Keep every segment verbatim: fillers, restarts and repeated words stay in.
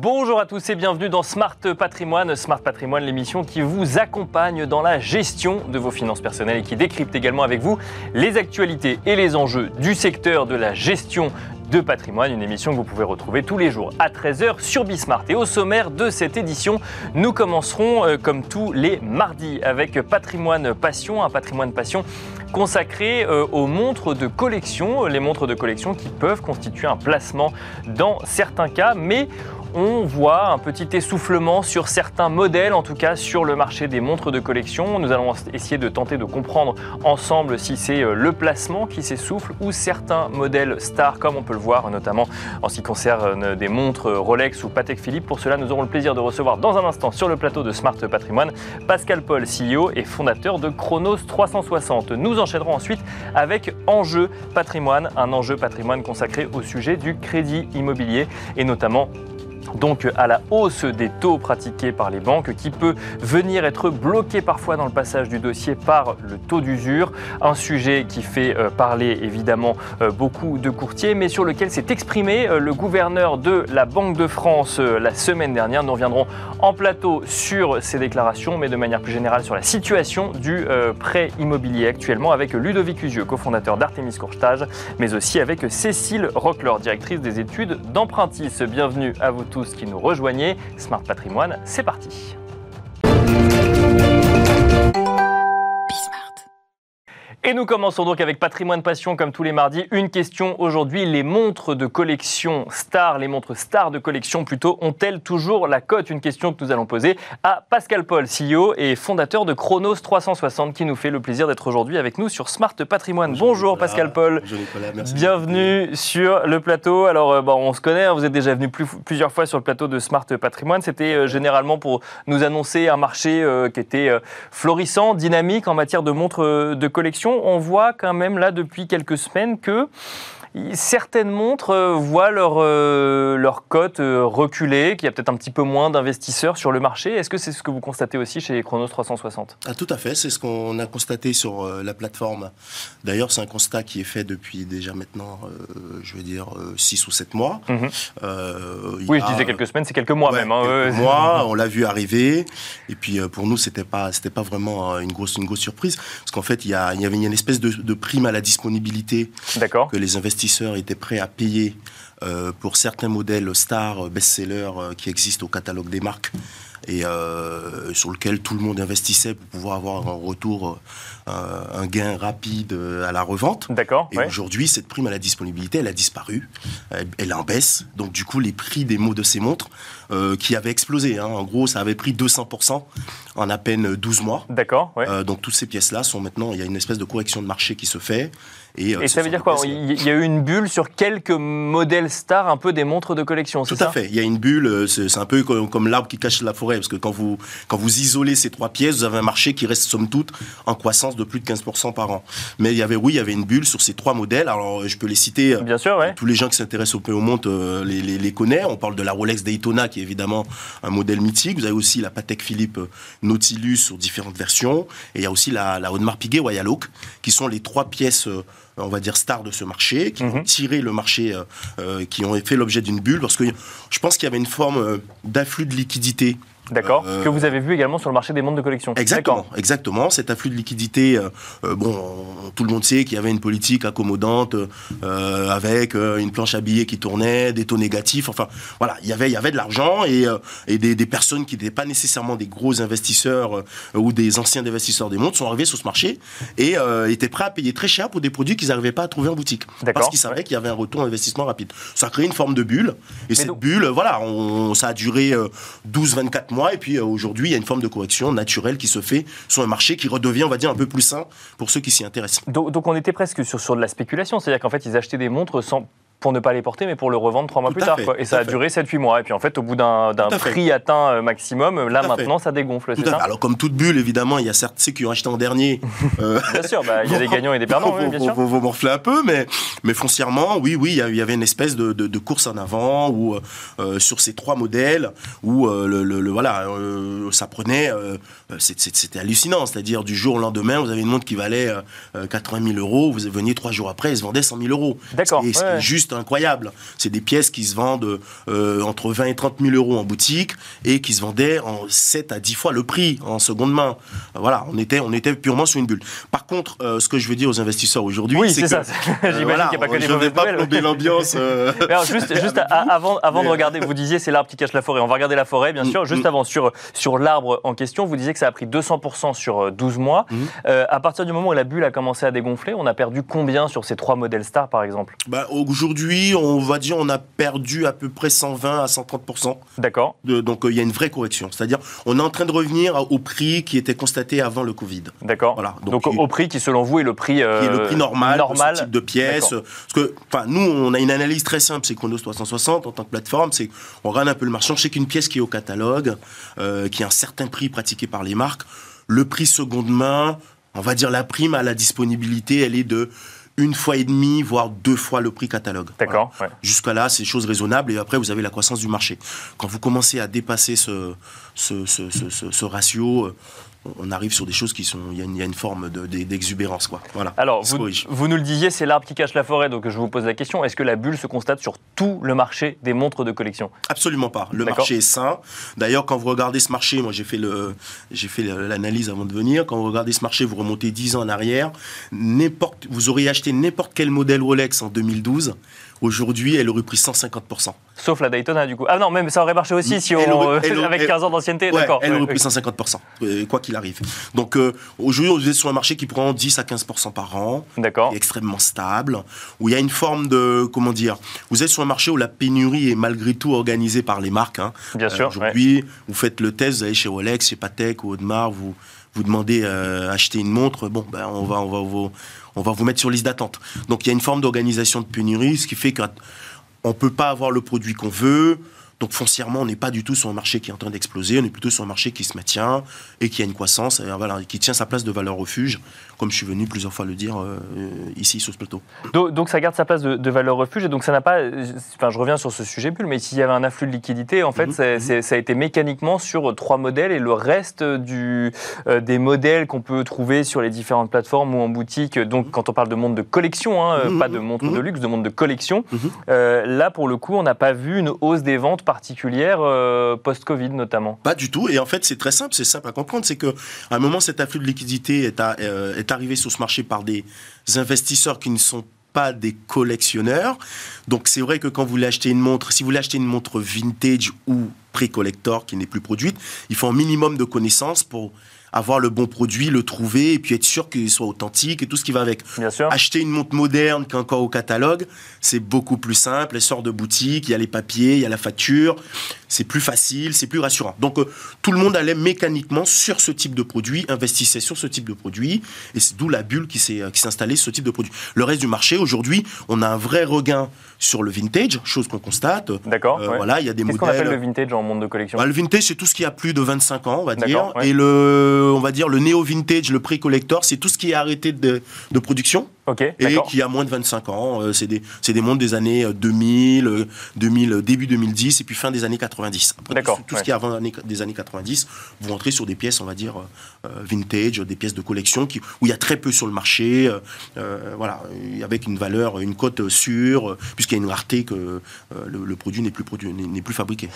Bonjour à tous et bienvenue dans Smart Patrimoine. Smart Patrimoine, l'émission qui vous accompagne dans la gestion de vos finances personnelles et qui décrypte également avec vous les actualités et les enjeux du secteur de la gestion de patrimoine. Une émission que vous pouvez retrouver tous les jours à treize heures sur Bismart. Et au sommaire de cette édition, nous commencerons euh, comme tous les mardis avec Patrimoine Passion, un patrimoine passion consacré euh, aux montres de collection. Les montres de collection qui peuvent constituer un placement dans certains cas, mais on voit un petit essoufflement sur certains modèles, en tout cas sur le marché des montres de collection. Nous allons essayer de tenter de comprendre ensemble si c'est le placement qui s'essouffle ou certains modèles stars, comme on peut le voir, notamment en ce qui concerne des montres Rolex ou Patek Philippe. Pour cela, nous aurons le plaisir de recevoir dans un instant sur le plateau de Smart Patrimoine Pascal Paul, C E O et fondateur de Chronos trois cent soixante. Nous enchaînerons ensuite avec Enjeu Patrimoine, un enjeu patrimoine consacré au sujet du crédit immobilier et notamment donc à la hausse des taux pratiqués par les banques qui peut venir être bloqué parfois dans le passage du dossier par le taux d'usure. Un sujet qui fait euh, parler évidemment euh, beaucoup de courtiers, mais sur lequel s'est exprimé euh, le gouverneur de la Banque de France euh, la semaine dernière. Nous reviendrons en plateau sur ces déclarations, mais de manière plus générale sur la situation du euh, prêt immobilier actuellement avec Ludovic Usieux, cofondateur d'Artemis Courtage, mais aussi avec Cécile Roquelaure, directrice des études d'Empruntis. Bienvenue à vous tous qui nous rejoignez. Smart Patrimoine, c'est parti. Et nous commençons donc avec Patrimoine Passion comme tous les mardis. Une question aujourd'hui, les montres de collection stars, les montres stars de collection plutôt, ont-elles toujours la cote? Une question que nous allons poser à Pascal Paul, C E O et fondateur de Chronos trois cent soixante, qui nous fait le plaisir d'être aujourd'hui avec nous sur Smart Patrimoine. Bonjour, Bonjour Nicolas. Pascal Paul. Bonjour Nicolas, merci. Bienvenue sur le plateau. Alors euh, bon, on se connaît, hein, vous êtes déjà venu plus, plusieurs fois sur le plateau de Smart Patrimoine. C'était euh, généralement pour nous annoncer un marché euh, qui était euh, florissant, dynamique en matière de montres euh, de collection. On voit quand même là depuis quelques semaines que certaines montres euh, voient leur, euh, leur cote euh, reculer, qu'il y a peut-être un petit peu moins d'investisseurs sur le marché. Est-ce que c'est ce que vous constatez aussi chez Chronos trois cent soixante? Ah, tout à fait, c'est ce qu'on a constaté sur euh, la plateforme. D'ailleurs, c'est un constat qui est fait depuis déjà maintenant, euh, je veux dire, euh, six ou sept mois. Mmh. Euh, oui, a, je disais quelques semaines, c'est quelques mois ouais, même. Hein, quelques euh... mois, on l'a vu arriver. Et puis, euh, pour nous, c'était pas, c'était pas vraiment une grosse, une grosse surprise. Parce qu'en fait, il y, a, il y avait une espèce de, de prime à la disponibilité que les investisseurs étaient prêts à payer euh, pour certains modèles stars, best-sellers euh, qui existent au catalogue des marques et euh, sur lequel tout le monde investissait pour pouvoir avoir un retour, euh, un gain rapide à la revente. D'accord. Et ouais. aujourd'hui, cette prime à la disponibilité, elle a disparu, elle, elle est en baisse. Donc du coup, les prix des mots de ces montres euh, qui avaient explosé, hein, en gros, ça avait pris deux cents pour cent en à peine douze mois. D'accord. Ouais. Euh, donc toutes ces pièces-là sont maintenant, il y a une espèce de correction de marché qui se fait. Et, et ça veut dire quoi? Il y a eu une bulle sur quelques modèles stars, un peu des montres de collection, c'est ça? Tout à fait. Il y a une bulle, c'est, c'est un peu comme, comme l'arbre qui cache la forêt, parce que quand vous, quand vous isolez ces trois pièces, vous avez un marché qui reste somme toute en croissance de plus de quinze pour cent par an. Mais il y avait, oui, il y avait une bulle sur ces trois modèles. Alors, je peux les citer. Bien sûr, ouais. Tous les gens qui s'intéressent aux montres euh, les, les, les connaissent. On parle de la Rolex Daytona, qui est évidemment un modèle mythique. Vous avez aussi la Patek Philippe Nautilus sur différentes versions. Et il y a aussi la, la Audemars Piguet Royal Oak, qui sont les trois pièces euh, on va dire stars de ce marché, qui mmh. ont tiré le marché, euh, euh, qui ont fait l'objet d'une bulle, parce que je pense qu'il y avait une forme euh, d'afflux de liquidité. D'accord, euh, que vous avez vu également sur le marché des montres de collection. Exactement, D'accord. exactement. Cet afflux de liquidité, euh, euh, bon, on, tout le monde sait qu'il y avait une politique accommodante euh, avec euh, une planche à billets qui tournait, des taux négatifs. Enfin, voilà, il y avait, il y avait de l'argent et, euh, et des, des personnes qui n'étaient pas nécessairement des gros investisseurs euh, ou des anciens investisseurs des montres sont arrivés sur ce marché et euh, étaient prêts à payer très cher pour des produits qu'ils n'arrivaient pas à trouver en boutique. D'accord. Parce qu'ils savaient qu'il y avait un retour d'investissement rapide. Ça a créé une forme de bulle. Et Mais cette donc... bulle, voilà, on, ça a duré euh, douze à vingt-quatre mois et puis euh, aujourd'hui, Aujourd'hui, il y a une forme de correction naturelle qui se fait sur un marché qui redevient, on va dire, un peu plus sain pour ceux qui s'y intéressent. Donc, donc on était presque sur, sur de la spéculation, c'est-à-dire qu'en fait, ils achetaient des montres sans... pour ne pas les porter, mais pour le revendre trois mois tout plus tard. Fait, quoi. Et ça a fait. duré sept huit mois. Et puis en fait, au bout d'un, d'un prix fait. atteint maximum, là maintenant, fait. ça dégonfle. Tout c'est ça? Alors comme toute bulle, évidemment, il y a certes ceux qui ont acheté en dernier. euh, bien sûr, bah, il y a des gagnants et des perdants, oui, bien sûr. Vous morflez un peu, mais, mais foncièrement, oui, oui, il y avait une espèce de, de, de course en avant où, euh, sur ces trois modèles où euh, le, le, le, voilà, euh, ça prenait, euh, c'était hallucinant. C'est-à-dire du jour au lendemain, vous avez une montre qui valait euh, quatre-vingt mille euros, vous veniez trois jours après, elle se vendait cent mille euros. D'accord. Et ce qui est juste juste incroyable. C'est des pièces qui se vendent euh, entre vingt et trente mille euros en boutique et qui se vendaient en sept à dix fois le prix en seconde main. Voilà, on était, on était purement sur une bulle. Par contre, euh, ce que je veux dire aux investisseurs aujourd'hui, oui, c'est que... ça. Euh, J'imagine voilà, qu'il n'y a pas que des je ne vais pas nouvelles. plomber l'ambiance. Euh... Alors, juste juste à, avant, avant mais... de regarder, vous disiez c'est l'arbre qui cache la forêt. On va regarder la forêt, bien sûr. Mmh, juste mmh. avant, sur, sur l'arbre en question, vous disiez que ça a pris deux cents pour cent sur douze mois. Mmh. Euh, à partir du moment où la bulle a commencé à dégonfler, on a perdu combien sur ces trois modèles stars, par exemple? bah, Aujourd'hui, on va dire on a perdu à peu près cent vingt à cent trente pour cent. D'accord. Donc, il euh, y a une vraie correction. C'est-à-dire, on est en train de revenir au prix qui était constaté avant le Covid. D'accord. Voilà. Donc, Donc il, au prix qui, selon vous, est le prix, euh, qui est le prix normal, normal. de ce type de pièces. Parce que, enfin, nous, on a une analyse très simple, c'est Chronos trois cent soixante en tant que plateforme. C'est, on regarde un peu le marché. On sait qu'une pièce qui est au catalogue, euh, qui a un certain prix pratiqué par les marques, le prix seconde main, on va dire la prime à la disponibilité, elle est de une fois et demie, voire deux fois le prix catalogue. D'accord. Voilà. Ouais. Jusqu'à là, c'est chose raisonnable. Et après, vous avez la croissance du marché. Quand vous commencez à dépasser ce, ce, ce, ce, ce, ce ratio, on arrive sur des choses qui sont... Il y a une, il y a une forme de, de, d'exubérance, quoi. Voilà. Alors, vous, vous nous le disiez, c'est l'arbre qui cache la forêt. Donc, je vous pose la question. Est-ce que la bulle se constate sur tout le marché des montres de collection? Absolument pas. Le D'accord. marché est sain. D'ailleurs, quand vous regardez ce marché, moi, j'ai fait, le, j'ai fait l'analyse avant de venir. Quand vous regardez ce marché, vous remontez dix ans en arrière. N'importe, vous auriez acheté n'importe quel modèle Rolex en deux mille douze. Aujourd'hui, elle aurait pris cent cinquante pour cent. Sauf la Daytona, du coup. Ah non, même ça aurait marché aussi si on, aurait, elle, avec elle, quinze ans d'ancienneté. Ouais, d'accord. Elle ouais, aurait ouais. pris cent cinquante pour cent, quoi qu'il arrive. Donc, euh, aujourd'hui, on est sur un marché qui prend dix à quinze pour cent par an. D'accord. Qui est extrêmement stable. Où il y a une forme de... Comment dire? Vous êtes sur un marché où la pénurie est malgré tout organisée par les marques. Hein. Bien sûr. Euh, aujourd'hui, ouais. vous faites le test, vous allez chez Rolex, chez Patek ou Audemars, vous, vous demandez euh, acheter une montre. Bon, ben, on va, on va vous... On va vous mettre sur liste d'attente. Donc, il y a une forme d'organisation de pénurie, ce qui fait qu'on ne peut pas avoir le produit qu'on veut. Donc, foncièrement, on n'est pas du tout sur un marché qui est en train d'exploser. On est plutôt sur un marché qui se maintient et qui a une croissance, et voilà, qui tient sa place de valeur refuge, comme je suis venu plusieurs fois le dire euh, ici sur ce plateau. Donc, donc, ça garde sa place de, de valeur refuge. Et donc, ça n'a pas... Enfin, je reviens sur ce sujet bulle, mais s'il y avait un afflux de liquidité, en fait, mmh, c'est, mmh. C'est, ça a été mécaniquement sur trois modèles. Et le reste du, euh, des modèles qu'on peut trouver sur les différentes plateformes ou en boutique, donc, mmh. quand on parle de montres de collection, hein, mmh. pas de montres mmh. de luxe, de montres de collection, mmh. euh, là, pour le coup, on n'a pas vu une hausse des ventes particulière euh, post-Covid notamment? Pas du tout. Et en fait, c'est très simple, c'est simple à comprendre. C'est qu'à un moment, cet afflux de liquidité est, à, euh, est arrivé sur ce marché par des investisseurs qui ne sont pas des collectionneurs. Donc, c'est vrai que quand vous voulez acheter une montre, si vous voulez acheter une montre vintage ou pré-collector qui n'est plus produite, il faut un minimum de connaissances pour avoir le bon produit, le trouver et puis être sûr qu'il soit authentique et tout ce qui va avec. Bien sûr. Acheter une montre moderne qui est encore au catalogue, c'est beaucoup plus simple. Elle sort de boutique, il y a les papiers, il y a la facture. C'est plus facile, c'est plus rassurant. Donc, euh, tout le monde allait mécaniquement sur ce type de produit, investissait sur ce type de produit. Et c'est d'où la bulle qui s'est, qui s'est installée sur ce type de produit. Le reste du marché, aujourd'hui, on a un vrai regain sur le vintage, chose qu'on constate. D'accord. Euh, ouais. Voilà, il y a des Qu'est-ce modèles... qu'on appelle le vintage en monde de collection? Bah, le vintage, c'est tout ce qui a plus de vingt-cinq ans, on va dire. Ouais. Et le, on va dire, le néo-vintage, le pré-collector, c'est tout ce qui est arrêté de, de production. Okay, et qui a moins de vingt-cinq ans. Euh, c'est, des, c'est des montres des années deux mille, deux mille, début deux mille dix et puis fin des années quatre-vingt-dix. Après, D'accord, tout, tout ouais. ce qui est avant des années quatre-vingt-dix, vous rentrez sur des pièces, on va dire, euh, vintage, des pièces de collection qui, où il y a très peu sur le marché, euh, euh, voilà, avec une valeur, une cote sûre, euh, puisqu'il y a une rareté que euh, le, le produit n'est plus, produit, n'est, n'est plus fabriqué.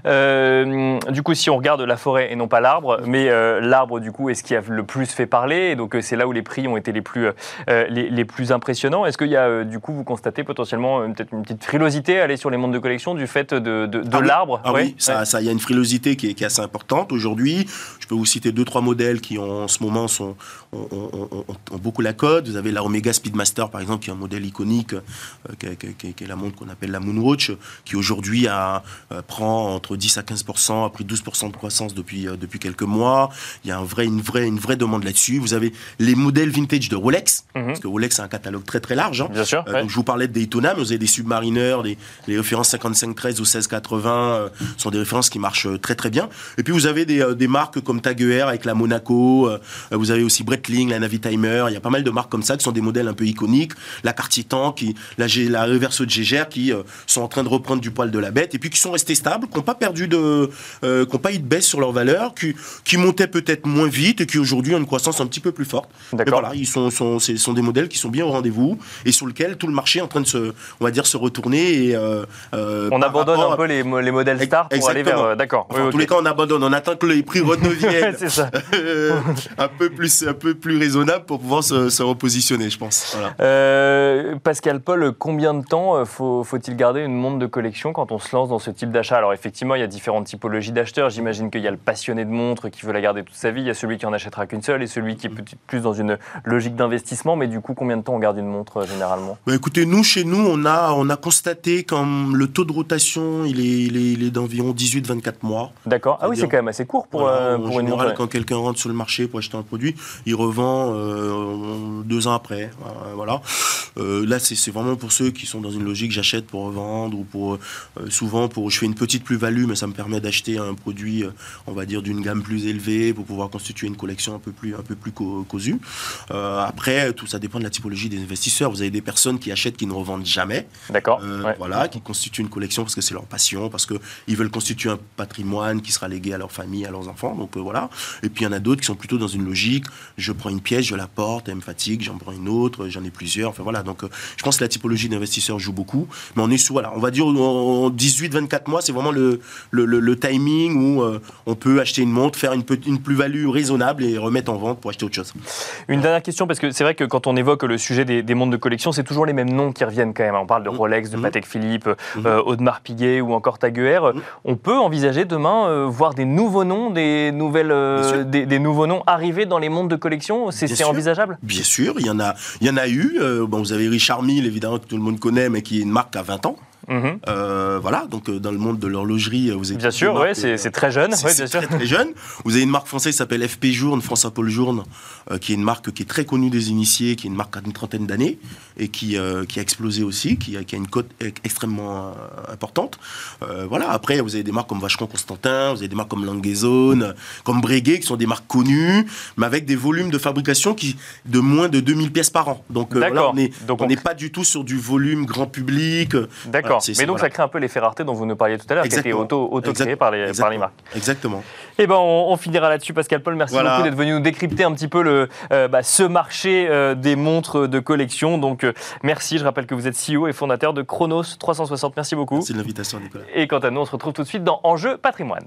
Euh, du coup, si on regarde la forêt et non pas l'arbre, mais euh, l'arbre, du coup, est ce qui a le plus fait parler, et donc euh, c'est là où les prix ont été les plus, euh, les, les plus impressionnants. Est-ce qu'il y a, euh, du coup, vous constatez potentiellement euh, peut-être une petite frilosité à aller sur les montres de collection du fait de, de, de ah l'arbre? Ah ouais. oui, ça, ouais. ça, y a une frilosité qui est, qui est assez importante aujourd'hui. Je peux vous citer deux, trois modèles qui en, en ce moment sont, ont, ont, ont, ont beaucoup la cote. Vous avez la Omega Speedmaster, par exemple, qui est un modèle iconique, euh, qui, qui, qui, qui est la montre qu'on appelle la Moonwatch, qui aujourd'hui a, euh, prend entre dix à quinze pour cent, a pris douze pour cent de croissance depuis, euh, depuis quelques mois. Il y a un vrai, une, vraie, une vraie demande là-dessus. Vous avez les modèles vintage de Rolex, mm-hmm. parce que Rolex a un catalogue très très large. Hein. Bien sûr. Euh, ouais. donc je vous parlais de Daytona, mais vous avez des Submariner, des, les références cinquante-cinq treize ou seize quatre-vingts euh, sont des références qui marchent euh, très très bien. Et puis vous avez des, euh, des marques comme Tag Heuer avec la Monaco, euh, vous avez aussi Breitling, la Navitimer, il y a pas mal de marques comme ça qui sont des modèles un peu iconiques, la Cartier-Tan, qui, la, la Reverso de Gégère qui euh, sont en train de reprendre du poil de la bête et puis qui sont restés stables, qui n'ont pas perdu de, euh, qui n'ont pas eu de baisse sur leur valeur, qui, qui montaient peut-être moins vite et qui aujourd'hui ont une croissance un petit peu plus forte. D'accord. Mais voilà, ils sont, sont, c'est, sont des modèles qui sont sont bien au rendez-vous et sur lesquels tout le marché est en train de se, on va dire, se retourner. Et, euh, euh, on abandonne un peu les, les modèles stars pour aller vers... Euh, d'accord. Enfin, oui, en okay. tous les cas, on abandonne. On attend que les prix redeviennent euh, un, peu plus, un peu plus raisonnables pour pouvoir se, se repositionner, je pense. Voilà. Euh, Pascal Paul, combien de temps faut, faut-il garder une montre de collection quand on se lance dans ce type d'achat? Alors effectivement, il y a différentes typologies d'acheteurs. J'imagine qu'il y a le passionné de montres qui veut la garder toute sa vie. Il y a celui qui en achètera qu'une seule et celui qui est plus dans une logique d'investissement. Mais du coup, combien de temps on garde une montre généralement? Bah, écoutez, nous, chez nous, on a, on a constaté quand le taux de rotation, il est, il est, il est d'environ dix-huit à vingt-quatre mois. D'accord. Ah oui, c'est quand même assez court pour, voilà, euh, pour en une général, montre. Quand quelqu'un rentre sur le marché pour acheter un produit, il revend euh, deux ans après. Euh, voilà. Euh, là, c'est, c'est vraiment pour ceux qui sont dans une logique j'achète pour revendre ou pour euh, souvent pour je fais une petite plus-value, mais ça me permet d'acheter un produit, euh, on va dire d'une gamme plus élevée pour pouvoir constituer une collection un peu plus un peu plus co- causue. Euh, après, tout ça dépend de la typologie des investisseurs. Vous avez des personnes qui achètent qui ne revendent jamais. D'accord. Euh, ouais. Voilà, qui constituent une collection parce que c'est leur passion, parce que ils veulent constituer un patrimoine qui sera légué à leur famille, à leurs enfants. Donc euh, voilà. Et puis il y en a d'autres qui sont plutôt dans une logique. Je prends une pièce, je la porte, elle me fatigue, j'en prends une autre, j'en ai plusieurs. Enfin voilà. Donc euh, je pense que la typologie d'investisseurs joue beaucoup. Mais on est sous, voilà, on va dire en dix-huit à vingt-quatre mois, c'est vraiment le, le, le, le timing où euh, on peut acheter une montre, faire une, une plus-value raisonnable et remettre en vente pour acheter autre chose. Une dernière question, parce que c'est vrai que quand on évoque le sujet des, des montres de collection, c'est toujours les mêmes noms qui reviennent quand même. On parle de Rolex, de Patek Philippe, mmh. euh, Audemars Piguet ou encore Tag Heuer. Mmh. On peut envisager demain euh, voir des nouveaux noms, des, nouvelles, euh, des, des nouveaux noms arriver dans les montres de collection. C'est, c'est envisageable? Bien sûr, il y en a, il y en a eu. Euh, bon, vous avez Richard Mille, évidemment, que tout le monde connaît, mais qui est une marque à vingt ans. Mmh. Euh, voilà, donc euh, dans le monde de l'horlogerie, vous avez bien sûr, ouais, c'est, euh, c'est très jeune, c'est, ouais, c'est bien très, sûr. très jeune. Vous avez une marque française qui s'appelle F P Journe, François-Paul Journe, euh, qui est une marque qui est très connue des initiés, qui est une marque à une trentaine d'années et qui euh, qui a explosé aussi, qui a, qui a une cote extrêmement euh, importante. Euh, voilà. Après, vous avez des marques comme Vacheron Constantin, vous avez des marques comme Languezone, comme Breguet, qui sont des marques connues, mais avec des volumes de fabrication qui de moins de deux mille pièces par an. Donc, euh, voilà, on n'est on on... pas du tout sur du volume grand public. D'accord. Voilà, c'est, mais donc voilà. Ça crée un peu l'effet rareté dont vous nous parliez tout à l'heure, exactement. Qui était auto, auto-créé par les, par les marques. Exactement. Et ben on, on finira là-dessus, Pascal Paul. Merci voilà. beaucoup d'être venu nous décrypter un petit peu le, euh, bah, ce marché euh, des montres de collection. Donc euh, merci. Je rappelle que vous êtes C E O et fondateur de Chronos trois cent soixante. Merci beaucoup. Merci de l'invitation, Nicolas. Et quant à nous, on se retrouve tout de suite dans Enjeu Patrimoine.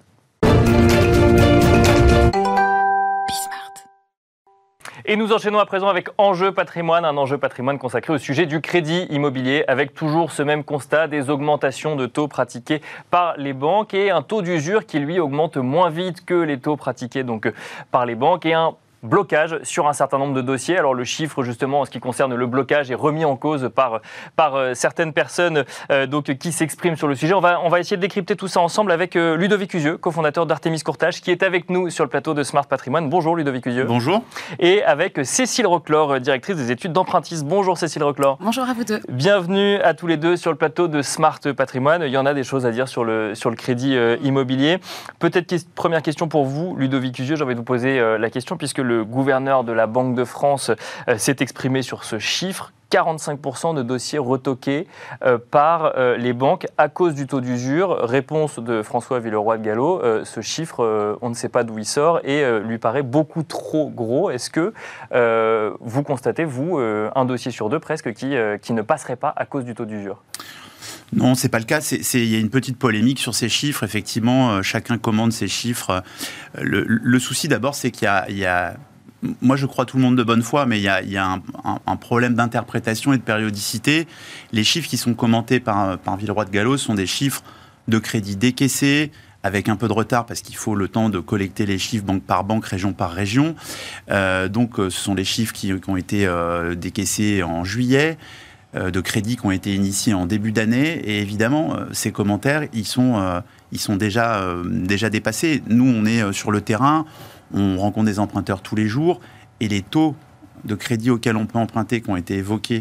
Et nous enchaînons à présent avec Enjeu Patrimoine, un enjeu patrimoine consacré au sujet du crédit immobilier, avec toujours ce même constat des augmentations de taux pratiqués par les banques et un taux d'usure qui, lui, augmente moins vite que les taux pratiqués donc, par les banques et un blocage sur un certain nombre de dossiers. Alors le chiffre justement en ce qui concerne le blocage est remis en cause par, par euh, certaines personnes euh, donc, qui s'expriment sur le sujet. On va, on va essayer de décrypter tout ça ensemble avec euh, Ludovic Usieux, cofondateur d'Artémis Courtage, qui est avec nous sur le plateau de Smart Patrimoine. Bonjour Ludovic Usieux. Bonjour. Et avec Cécile Reclor, directrice des études d'Empruntis. Bonjour Cécile Reclor. Bonjour à vous deux. Bienvenue à tous les deux sur le plateau de Smart Patrimoine. Il y en a des choses à dire sur le, sur le crédit euh, immobilier. Peut-être que, première question pour vous, Ludovic Usieux, j'ai envie de vous poser euh, la question puisque le Le gouverneur de la Banque de France euh, s'est exprimé sur ce chiffre. quarante-cinq pour cent de dossiers retoqués euh, par euh, les banques à cause du taux d'usure. Réponse de François Villeroy de Galhau, euh, ce chiffre, euh, on ne sait pas d'où il sort et euh, lui paraît beaucoup trop gros. Est-ce que euh, vous constatez, vous, euh, un dossier sur deux presque qui, euh, qui ne passerait pas à cause du taux d'usure ? Non, c'est pas le cas. C'est, c'est, il y a une petite polémique sur ces chiffres. Effectivement, euh, chacun commande ses chiffres. Le, le souci, d'abord, c'est qu'il y a, il y a... Moi, je crois tout le monde de bonne foi, mais il y a, il y a un, un, un problème d'interprétation et de périodicité. Les chiffres qui sont commentés par, par Villeroy de Galhau sont des chiffres de crédit décaissés, avec un peu de retard, parce qu'il faut le temps de collecter les chiffres banque par banque, région par région. Euh, donc, ce sont les chiffres qui, qui ont été euh, décaissés en juillet, de crédits qui ont été initiés en début d'année. Et évidemment, ces commentaires, ils sont, euh, ils sont déjà, euh, déjà dépassés. Nous, on est sur le terrain, on rencontre des emprunteurs tous les jours, et les taux de crédit auxquels on peut emprunter, qui ont été évoqués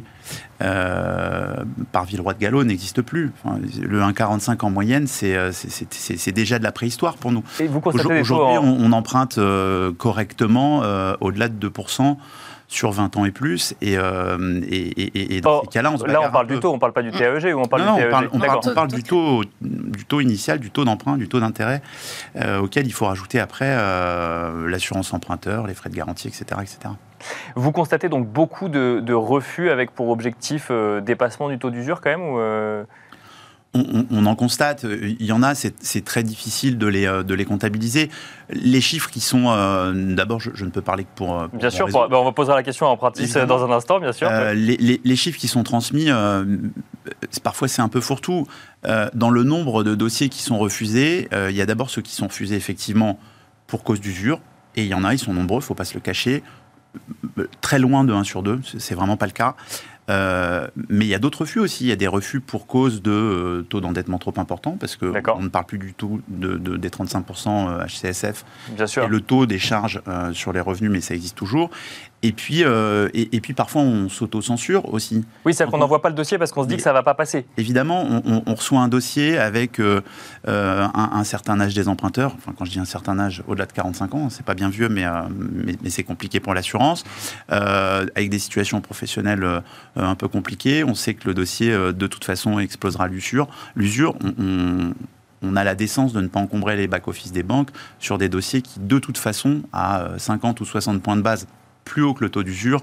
euh, par Villeroy de Galhau, n'existent plus. Enfin, le un virgule quarante-cinq en moyenne, c'est, c'est, c'est, c'est déjà de la préhistoire pour nous. Et vous constatez Aujourd'hui, en... on, on emprunte euh, correctement euh, au-delà de deux pour cent sur vingt ans et plus. Et, euh, et, et, et dans oh, ces cas-là, on se Là, on parle du taux, on ne parle pas du T A E G ou on parle non, du T A E G. On parle, on parle, on parle du, taux, du taux initial, du taux d'emprunt, du taux d'intérêt, euh, auquel il faut rajouter après euh, l'assurance emprunteur, les frais de garantie, et cetera, et cetera. Vous constatez donc beaucoup de, de refus avec pour objectif euh, dépassement du taux d'usure quand même ou euh... On, on, on en constate, il y en a, c'est très difficile de les, de les comptabiliser. Les chiffres qui sont, euh, d'abord, je, je ne peux parler que pour, pour bien sûr, pour, ben on va poser la question en pratique Évidemment. dans un instant, bien sûr. Euh, les, les, les chiffres qui sont transmis, euh, parfois c'est un peu fourre-tout. Euh, dans le nombre de dossiers qui sont refusés, euh, il y a d'abord ceux qui sont refusés effectivement pour cause d'usure, et il y en a, ils sont nombreux, il ne faut pas se le cacher, très loin de un sur deux, c'est vraiment pas le cas. Euh, mais il y a d'autres refus aussi. Il y a des refus pour cause de euh, taux d'endettement trop important, parce qu'on ne parle plus du tout de, de, des trente-cinq pour cent H C S F. Bien sûr. Et le taux des charges euh, sur les revenus, mais ça existe toujours. Et puis, euh, et, et puis parfois, on s'auto-censure aussi. Oui, c'est-à-dire qu'on n'envoie pas le dossier parce qu'on se dit que ça ne va pas passer. Évidemment, on, on, on reçoit un dossier avec euh, un, un certain âge des emprunteurs. Enfin, quand je dis un certain âge, au-delà de quarante-cinq ans, c'est pas bien vieux, mais, euh, mais, mais c'est compliqué pour l'assurance. Euh, avec des situations professionnelles euh, un peu compliquées. On sait que le dossier, euh, de toute façon, explosera l'usure. L'usure, on, on on a la décence de ne pas encombrer les back-office des banques sur des dossiers qui, de toute façon, à cinquante ou soixante points de base plus haut que le taux d'usure,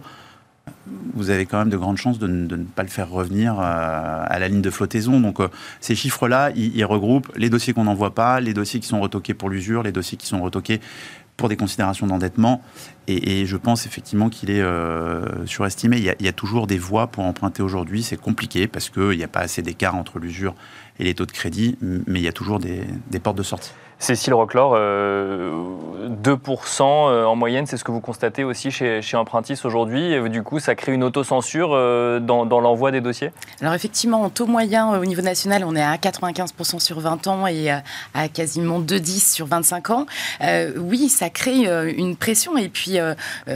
vous avez quand même de grandes chances de ne, de ne pas le faire revenir à, à la ligne de flottaison. Donc euh, ces chiffres-là, ils, ils regroupent les dossiers qu'on n'envoie pas, les dossiers qui sont retoqués pour l'usure, les dossiers qui sont retoqués pour des considérations d'endettement. Et, et je pense effectivement qu'il est euh, surestimé. Il y, a, il y a toujours des voies pour emprunter aujourd'hui. C'est compliqué parce qu'il n'y a pas assez d'écart entre l'usure et les taux de crédit, mais il y a toujours des, des portes de sortie. Cécile Roclor, euh, deux pour cent en moyenne, c'est ce que vous constatez aussi chez, chez Empruntis aujourd'hui. Et du coup, ça crée une autocensure euh, dans, dans l'envoi des dossiers ? Alors effectivement, en taux moyen, au niveau national, on est à quatre-vingt-quinze pour cent sur vingt ans et à quasiment deux virgule dix sur vingt-cinq ans. Euh, oui, ça crée une pression. Et puis, euh,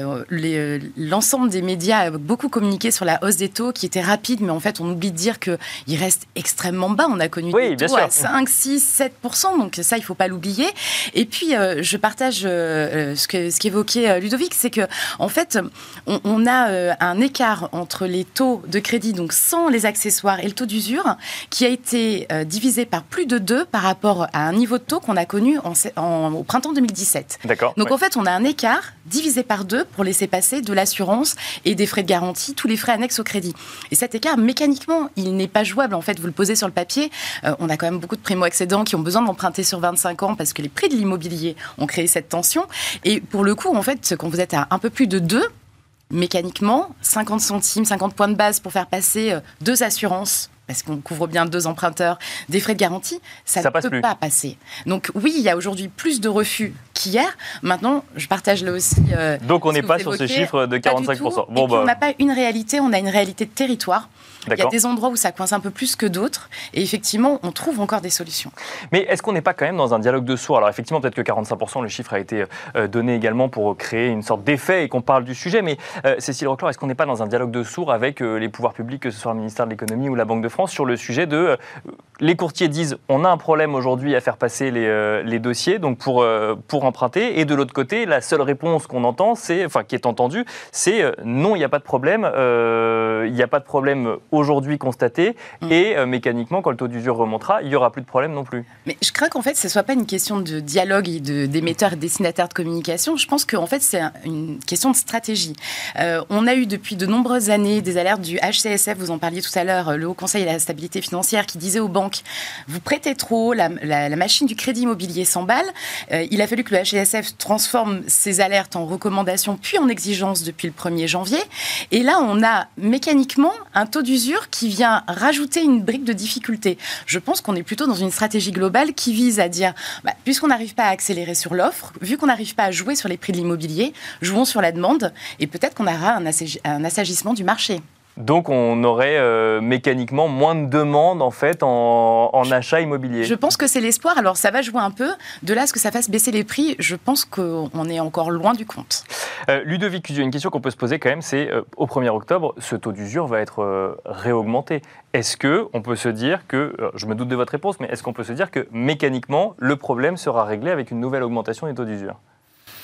les, l'ensemble des médias a beaucoup communiqué sur la hausse des taux qui était rapide, mais en fait, on oublie de dire qu'il reste extrêmement bas. On a connu oui, des taux à cinq, six, sept pour cent. Donc ça, il ne faut pas l'oublier. Et puis, euh, je partage euh, ce, que, ce qu'évoquait euh, Ludovic, c'est que en fait, on, on a euh, un écart entre les taux de crédit, donc sans les accessoires, et le taux d'usure, qui a été euh, divisé par plus de deux par rapport à un niveau de taux qu'on a connu en, en, au printemps deux mille dix-sept. D'accord. Donc oui. en fait, on a un écart divisé par deux pour laisser passer de l'assurance et des frais de garantie, tous les frais annexes au crédit. Et cet écart, mécaniquement, il n'est pas jouable. En fait, vous le posez sur le papier. Euh, on a quand même beaucoup de primo-accédants qui ont besoin d'emprunter sur vingt-cinq ans parce que les prix de l'immobilier ont créé cette tension. Et pour le coup, en fait, quand vous êtes à un peu plus de deux, mécaniquement, cinquante centimes, cinquante points de base pour faire passer deux assurances, parce qu'on couvre bien deux emprunteurs, des frais de garantie, ça, ça ne peut plus. pas passer. Donc oui, il y a aujourd'hui plus de refus qu'hier. Maintenant, je partage là aussi... Euh, Donc on n'est pas sur ces chiffres de quarante-cinq pour cent. Bon, bah... On n'a pas une réalité, on a une réalité de territoire. Il y a des endroits où ça coince un peu plus que d'autres. Et effectivement, on trouve encore des solutions. Mais est-ce qu'on n'est pas quand même dans un dialogue de sourds ? Alors effectivement, peut-être que quarante-cinq pour cent, le chiffre a été euh, donné également pour créer une sorte d'effet et qu'on parle du sujet. Mais euh, Cécile Roclor, est-ce qu'on n'est pas dans un dialogue de sourds avec euh, les pouvoirs publics, que ce soit le ministère de l'économie ou la Banque de France, sur le sujet de... Euh, les courtiers disent, on a un problème aujourd'hui à faire passer les, euh, les dossiers donc pour, euh, pour emprunter. Et de l'autre côté, la seule réponse qu'on entend, c'est, enfin qui est entendue, c'est euh, non, il n'y a pas de problème. Euh, il n'y a pas de problème aujourd'hui constaté. Et euh, mécaniquement, quand le taux d'usure remontera, il n'y aura plus de problème non plus. Mais je crains qu'en fait, ce ne soit pas une question de dialogue et de, d'émetteurs et destinataires de communication. Je pense qu'en fait, c'est un, une question de stratégie. Euh, on a eu depuis de nombreuses années des alertes du H C S F, vous en parliez tout à l'heure, le Haut Conseil à la stabilité financière, qui disait aux banques, vous prêtez trop, la, la, la machine du crédit immobilier s'emballe. Euh, il a fallu que le H C S F transforme ces alertes en recommandations, puis en exigences depuis le premier janvier. Et là, on a mécaniquement un taux d'usure qui vient rajouter une brique de difficulté. Je pense qu'on est plutôt dans une stratégie globale qui vise à dire, bah, puisqu'on n'arrive pas à accélérer sur l'offre, vu qu'on n'arrive pas à jouer sur les prix de l'immobilier, jouons sur la demande et peut-être qu'on aura un, assagi- un assagissement du marché. Donc on aurait euh, mécaniquement moins de demandes en fait en, en achat immobilier. Je pense que c'est l'espoir. Alors ça va jouer un peu. De là à ce que ça fasse baisser les prix, je pense qu'on est encore loin du compte. Euh, Ludovic Cusio, une question qu'on peut se poser quand même, c'est euh, au premier octobre, ce taux d'usure va être euh, réaugmenté. Est-ce que on peut se dire que, euh, je me doute de votre réponse, mais est-ce qu'on peut se dire que mécaniquement le problème sera réglé avec une nouvelle augmentation des taux d'usure ?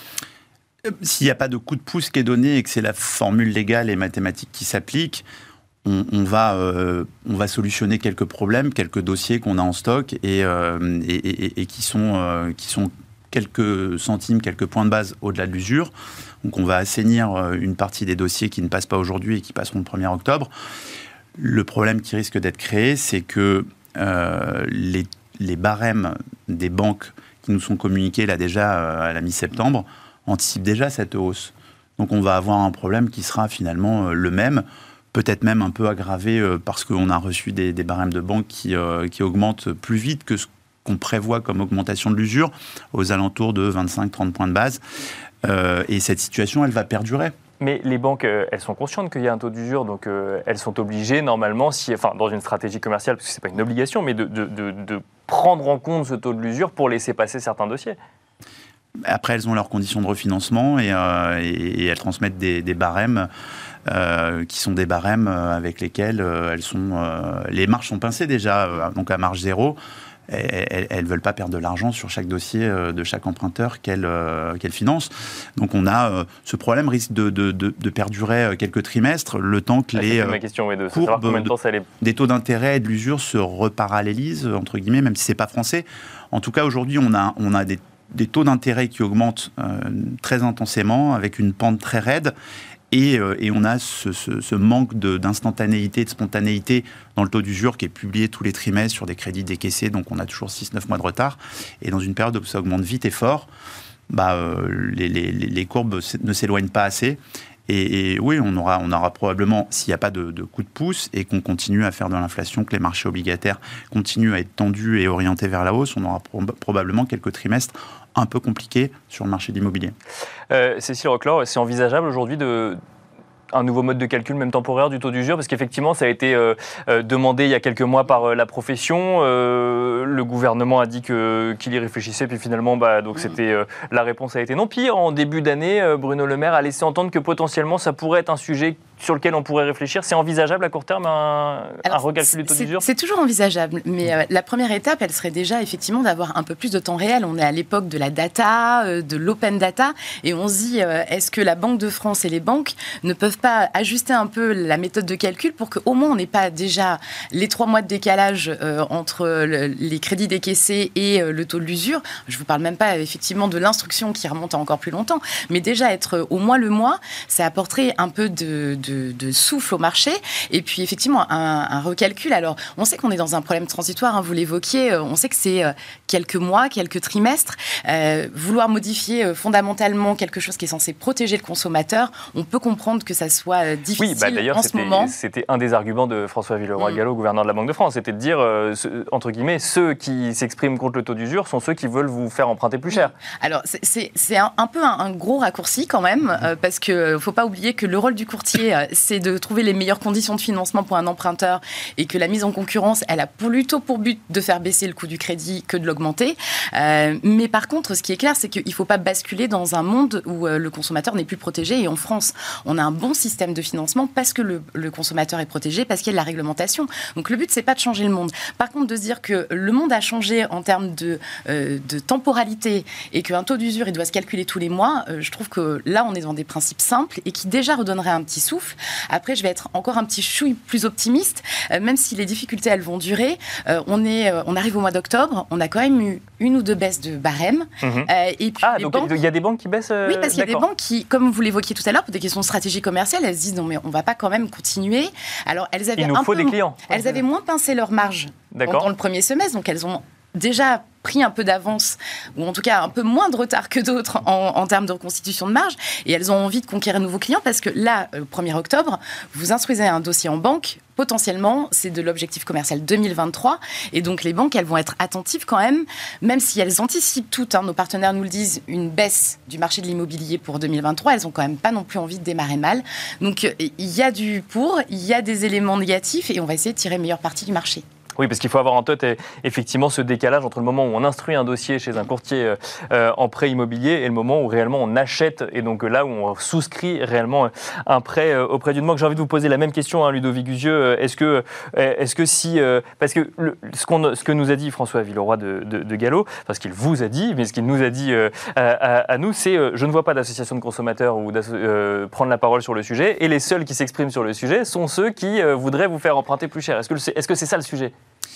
S'il n'y a pas de coup de pouce qui est donné et que c'est la formule légale et mathématique qui s'applique, on, on, va, euh, on va solutionner quelques problèmes, quelques dossiers qu'on a en stock et, euh, et, et, et qui, sont, euh, qui sont quelques centimes, quelques points de base au-delà de l'usure. Donc on va assainir une partie des dossiers qui ne passent pas aujourd'hui et qui passeront le premier octobre. Le problème qui risque d'être créé, c'est que euh, les, les barèmes des banques qui nous sont communiqués là déjà euh, à la mi-septembre anticipe déjà cette hausse. Donc on va avoir un problème qui sera finalement euh, le même, peut-être même un peu aggravé euh, parce qu'on a reçu des, des barèmes de banque qui, euh, qui augmentent plus vite que ce qu'on prévoit comme augmentation de l'usure, aux alentours de vingt-cinq à trente points de base. Euh, et cette situation, elle va perdurer. Mais les banques, euh, elles sont conscientes qu'il y a un taux d'usure, donc euh, elles sont obligées normalement, si, enfin dans une stratégie commerciale, parce que ce n'est pas une obligation, mais de, de, de, de prendre en compte ce taux de l'usure pour laisser passer certains dossiers. Après, elles ont leurs conditions de refinancement et, euh, et, et elles transmettent des, des barèmes euh, qui sont des barèmes avec lesquels euh, elles sont, euh, les marges sont pincées déjà, euh, donc à marge zéro. Elles ne veulent pas perdre de l'argent sur chaque dossier euh, de chaque emprunteur qu'elles euh, qu'elles financent. Donc on a euh, ce problème risque de, de, de, de perdurer quelques trimestres, le temps que ah, les ma question, oui, de courbes combien de temps ça allait... des taux d'intérêt et de l'usure se reparallélisent, entre guillemets, même si ce n'est pas français. En tout cas, aujourd'hui, on a, on a des des taux d'intérêt qui augmentent euh, très intensément, avec une pente très raide, et, euh, et on a ce, ce, ce manque de, d'instantanéité, de spontanéité dans le taux d'usure qui est publié tous les trimestres sur des crédits décaissés, donc on a toujours six à neuf mois de retard, et dans une période où ça augmente vite et fort, bah, euh, les, les, les courbes ne s'éloignent pas assez. Et, et oui, on aura, on aura probablement, s'il n'y a pas de, de coup de pouce et qu'on continue à faire de l'inflation, que les marchés obligataires continuent à être tendus et orientés vers la hausse, on aura pro- probablement quelques trimestres un peu compliqués sur le marché de l'immobilier. Euh, Cécile Roclor, c'est envisageable aujourd'hui de... un nouveau mode de calcul, même temporaire, du taux d'usure, parce qu'effectivement, ça a été euh, euh, demandé il y a quelques mois par euh, la profession. Euh, le gouvernement a dit que, qu'il y réfléchissait, puis finalement, bah, donc c'était, euh, la réponse a été non. Puis, en début d'année, euh, Bruno Le Maire a laissé entendre que potentiellement, ça pourrait être un sujet sur lequel on pourrait réfléchir. C'est envisageable à court terme, un, Alors, un recalcul du taux c'est, d'usure ? C'est toujours envisageable, mais euh, la première étape, elle serait déjà effectivement d'avoir un peu plus de temps réel. On est à l'époque de la data, euh, de l'open data, et on se dit, euh, est-ce que la Banque de France et les banques ne peuvent pas ajuster un peu la méthode de calcul pour qu'au moins on n'ait pas déjà les trois mois de décalage euh, entre le, les crédits décaissés et euh, le taux de l'usure. Je ne vous parle même pas effectivement de l'instruction qui remonte à encore plus longtemps, mais déjà être euh, au moins le mois, ça apporterait un peu de, de De, de souffle au marché, et puis effectivement un, un recalcul. Alors on sait qu'on est dans un problème transitoire, hein, vous l'évoquiez, on sait que c'est euh, quelques mois, quelques trimestres. Euh, vouloir modifier euh, fondamentalement quelque chose qui est censé protéger le consommateur, on peut comprendre que ça soit euh, difficile oui, bah, d'ailleurs, en ce moment. C'était un des arguments de François Villeroy-Gallo, mmh. gouverneur de la Banque de France, c'était de dire, euh, ce, entre guillemets, ceux qui s'expriment contre le taux d'usure sont ceux qui veulent vous faire emprunter plus cher. Alors c'est, c'est, c'est un, un peu un, un gros raccourci quand même, euh, parce qu'il ne faut pas oublier que le rôle du courtier, euh, c'est de trouver les meilleures conditions de financement pour un emprunteur, et que la mise en concurrence, elle a plutôt pour but de faire baisser le coût du crédit que de l'augmenter. Euh, mais par contre, ce qui est clair, c'est qu'il ne faut pas basculer dans un monde où euh, le consommateur n'est plus protégé. Et en France, on a un bon système de financement parce que le, le consommateur est protégé, parce qu'il y a de la réglementation. Donc le but, c'est pas de changer le monde. Par contre, de se dire que le monde a changé en termes de, euh, de temporalité et qu'un taux d'usure, il doit se calculer tous les mois, euh, je trouve que là, on est dans des principes simples et qui déjà redonneraient un petit souffle. Après, je vais être encore un petit chouille plus optimiste, euh, même si les difficultés, elles vont durer. Euh, on, est, euh, on arrive au mois d'octobre, on a quand même eu une ou deux baisses de barème. Mmh. Euh, et puis ah, donc il y a des banques qui baissent euh, Oui, parce qu'il y a des banques qui, comme vous l'évoquiez tout à l'heure, pour des questions de stratégie commerciale, elles se disent non, mais on ne va pas quand même continuer. Alors, elles avaient il nous un faut peu, des clients. Elles avaient moins pincé leur marge pendant le premier semestre, donc elles ont déjà pris un peu d'avance, ou en tout cas un peu moins de retard que d'autres en, en termes de reconstitution de marge, et elles ont envie de conquérir de nouveaux clients, parce que là, le premier octobre, vous instruisez un dossier en banque, potentiellement, c'est de l'objectif commercial deux mille vingt-trois, et donc les banques, elles vont être attentives quand même, même si elles anticipent toutes, hein, nos partenaires nous le disent, une baisse du marché de l'immobilier pour deux mille vingt-trois, elles ont quand même pas non plus envie de démarrer mal. Donc il y a du pour, il y a des éléments négatifs, et on va essayer de tirer meilleure partie du marché. Oui, parce qu'il faut avoir en tête effectivement ce décalage entre le moment où on instruit un dossier chez un courtier euh, en prêt immobilier et le moment où réellement on achète, et donc là où on souscrit réellement un prêt euh, auprès d'une banque. J'ai envie de vous poser la même question, hein, Ludovic Guzieux. Est-ce que, est-ce que si... Euh, parce que le, ce, qu'on, ce que nous a dit François Villeroy de, de, de Gallo, enfin ce qu'il vous a dit, mais ce qu'il nous a dit euh, à, à, à nous, c'est euh, je ne vois pas d'association de consommateurs ou euh, prendre la parole sur le sujet, et les seuls qui s'expriment sur le sujet sont ceux qui euh, voudraient vous faire emprunter plus cher. Est-ce que, est-ce que c'est ça le sujet ?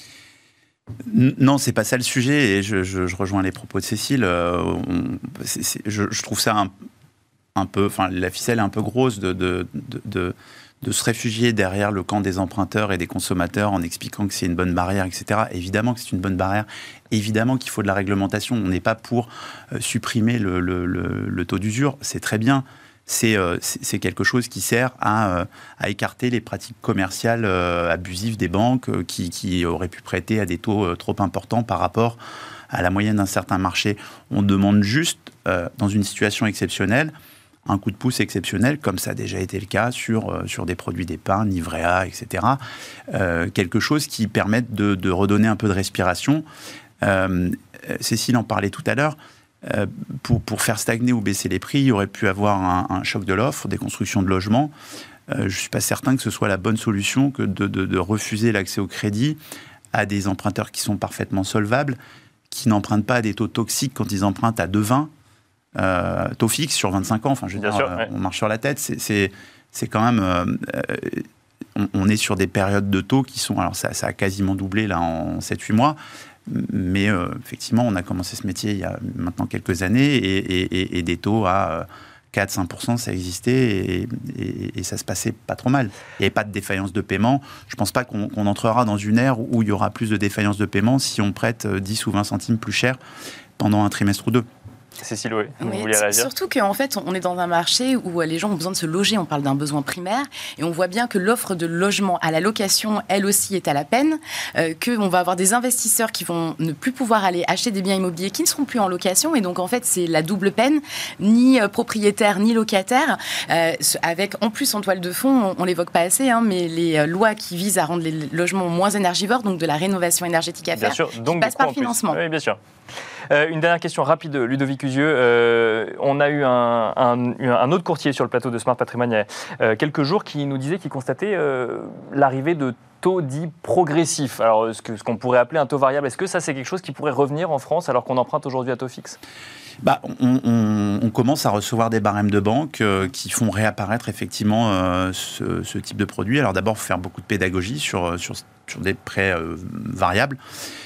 Non, c'est pas ça le sujet, et je, je, je rejoins les propos de Cécile. Euh, on, c'est, c'est, je, je trouve ça un, un peu, enfin, la ficelle est un peu grosse de, de, de, de, de se réfugier derrière le camp des emprunteurs et des consommateurs en expliquant que c'est une bonne barrière, et cetera. Évidemment que c'est une bonne barrière, évidemment qu'il faut de la réglementation. On n'est pas pour euh, supprimer le, le, le, le taux d'usure, c'est très bien. C'est, euh, c'est quelque chose qui sert à, euh, à écarter les pratiques commerciales euh, abusives des banques euh, qui, qui auraient pu prêter à des taux euh, trop importants par rapport à la moyenne d'un certain marché. On demande juste, euh, dans une situation exceptionnelle, un coup de pouce exceptionnel, comme ça a déjà été le cas sur, euh, sur des produits d'épargne, livret A, et cetera. Euh, quelque chose qui permette de, de redonner un peu de respiration. Euh, Cécile en parlait tout à l'heure. Euh, pour, pour faire stagner ou baisser les prix, il y aurait pu avoir un, un choc de l'offre, des constructions de logements. Euh, je ne suis pas certain que ce soit la bonne solution que de, de, de refuser l'accès au crédit à des emprunteurs qui sont parfaitement solvables, qui n'empruntent pas à des taux toxiques quand ils empruntent à deux virgule vingt, euh, taux fixe sur vingt-cinq ans. Enfin, je veux Bien dire, sûr, euh, ouais. On marche sur la tête. C'est, c'est, c'est quand même... Euh, euh, on, on est sur des périodes de taux qui sont... Alors, ça, ça a quasiment doublé là, en sept huit mois. Mais euh, effectivement, on a commencé ce métier il y a maintenant quelques années et, et, et des taux à euh, quatre à cinq pour cent, ça existait et, et, et ça se passait pas trop mal. Il n'y avait pas de défaillance de paiement. Je ne pense pas qu'on, qu'on entrera dans une ère où il y aura plus de défaillance de paiement si on prête dix ou vingt centimes plus cher pendant un trimestre ou deux. Cécile, oui, vous oui, vouliez réagir ? Surtout qu'en fait, on est dans un marché où les gens ont besoin de se loger. On parle d'un besoin primaire. Et on voit bien que l'offre de logement à la location, elle aussi, est à la peine. Euh, qu'on va avoir des investisseurs qui vont ne plus pouvoir aller acheter des biens immobiliers qui ne seront plus en location. Et donc, en fait, c'est la double peine. Ni euh, propriétaire, ni locataire. Euh, avec, en plus, en toile de fond, on ne l'évoque pas assez, hein, mais les euh, lois qui visent à rendre les logements moins énergivores, donc de la rénovation énergétique à bien faire, sûr. Donc, qui passe par le financement. Oui, bien sûr. Euh, une dernière question rapide, Ludovic Guzieux. Euh, on a eu un, un, un autre courtier sur le plateau de Smart Patrimoine il y a euh, quelques jours qui nous disait qu'il constatait euh, l'arrivée de taux dits progressifs. Alors, ce, que, ce qu'on pourrait appeler un taux variable, est-ce que ça, c'est quelque chose qui pourrait revenir en France alors qu'on emprunte aujourd'hui à taux fixe ? Bah, on, on, on commence à recevoir des barèmes de banque euh, qui font réapparaître effectivement euh, ce, ce type de produit. Alors d'abord, il faut faire beaucoup de pédagogie sur, sur, sur des prêts euh, variables.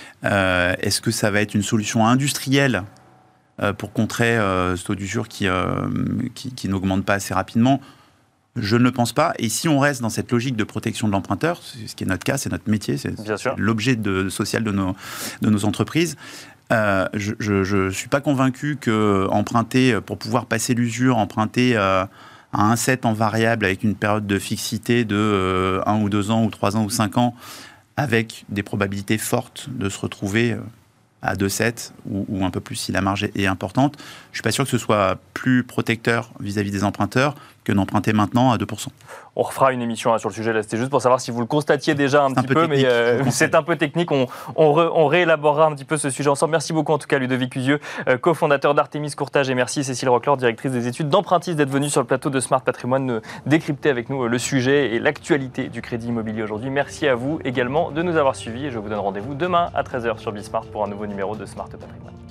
Euh, est-ce que ça va être une solution industrielle euh, pour contrer euh, ce taux d'usure qui, euh, qui, qui n'augmente pas assez rapidement ? Je ne le pense pas. Et si on reste dans cette logique de protection de l'emprunteur, ce qui est notre cas, c'est notre métier, c'est, c'est l'objet de, social de nos, de nos entreprises, euh, je ne suis pas convaincu qu'emprunter, pour pouvoir passer l'usure, emprunter euh, à un virgule sept en variable avec une période de fixité de euh, un ou deux ans ou trois ans ou cinq ans, avec des probabilités fortes de se retrouver à deux virgule sept ou, ou un peu plus si la marge est importante, je ne suis pas sûr que ce soit plus protecteur vis-à-vis des emprunteurs que d'emprunter maintenant à deux pour cent. On refera une émission hein, sur le sujet, là, c'était juste pour savoir si vous le constatiez déjà un c'est petit un peu, peu, technique, mais euh, c'est un peu technique, on, on, re, on réélaborera un petit peu ce sujet ensemble. Merci beaucoup en tout cas Ludovic Guzieux, euh, cofondateur d'Artémis Courtage, et merci Cécile Roclor, directrice des études d'Empruntis, d'être venue sur le plateau de Smart Patrimoine euh, décrypter avec nous euh, le sujet et l'actualité du crédit immobilier aujourd'hui. Merci à vous également de nous avoir suivis et je vous donne rendez-vous demain à treize heures sur Bismart pour un nouveau numéro de Smart Patrimoine.